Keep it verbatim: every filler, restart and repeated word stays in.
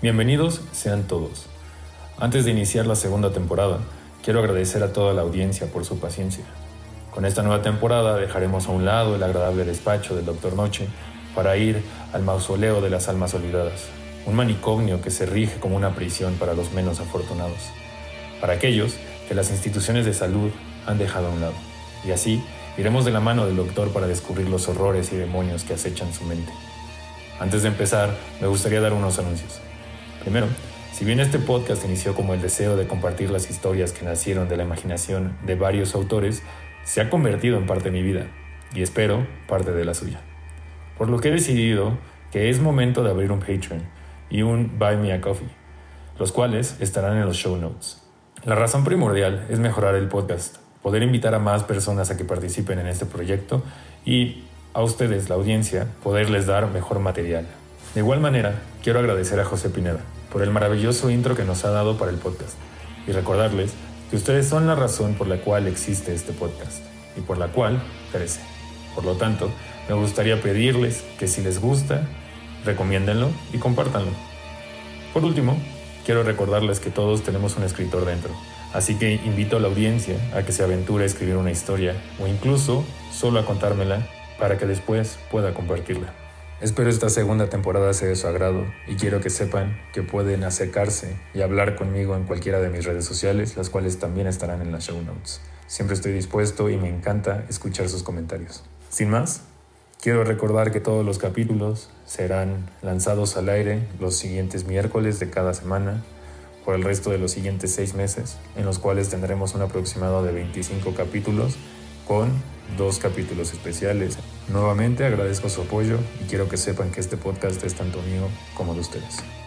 Bienvenidos sean todos. Antes de iniciar la segunda temporada, quiero agradecer a toda la audiencia por su paciencia. Con esta nueva temporada dejaremos a un lado el agradable despacho del doctor Noche para ir al mausoleo de las almas olvidadas, un manicomio que se rige como una prisión para los menos afortunados, para aquellos que las instituciones de salud han dejado a un lado. Y así iremos de la mano del doctor para descubrir los horrores y demonios que acechan su mente. Antes de empezar, me gustaría dar unos anuncios. Primero, si bien este podcast inició como el deseo de compartir las historias que nacieron de la imaginación de varios autores, se ha convertido en parte de mi vida, y espero parte de la suya. Por lo que he decidido que es momento de abrir un Patreon y un Buy Me a Coffee, los cuales estarán en los show notes. La razón primordial es mejorar el podcast, poder invitar a más personas a que participen en este proyecto y a ustedes, la audiencia, poderles dar mejor material. De igual manera, quiero agradecer a José Pineda por el maravilloso intro que nos ha dado para el podcast y recordarles que ustedes son la razón por la cual existe este podcast y por la cual crece. Por lo tanto, me gustaría pedirles que si les gusta, recomiéndenlo y compártanlo. Por último, quiero recordarles que todos tenemos un escritor dentro, así que invito a la audiencia a que se aventure a escribir una historia o incluso solo a contármela para que después pueda compartirla. Espero esta segunda temporada sea de su agrado y quiero que sepan que pueden acercarse y hablar conmigo en cualquiera de mis redes sociales, las cuales también estarán en las show notes. Siempre estoy dispuesto y me encanta escuchar sus comentarios. Sin más, quiero recordar que todos los capítulos serán lanzados al aire los siguientes miércoles de cada semana por el resto de los siguientes seis meses, en los cuales tendremos un aproximado de veinticinco capítulos con dos capítulos especiales. Nuevamente agradezco su apoyo y quiero que sepan que este podcast es tanto mío como de ustedes.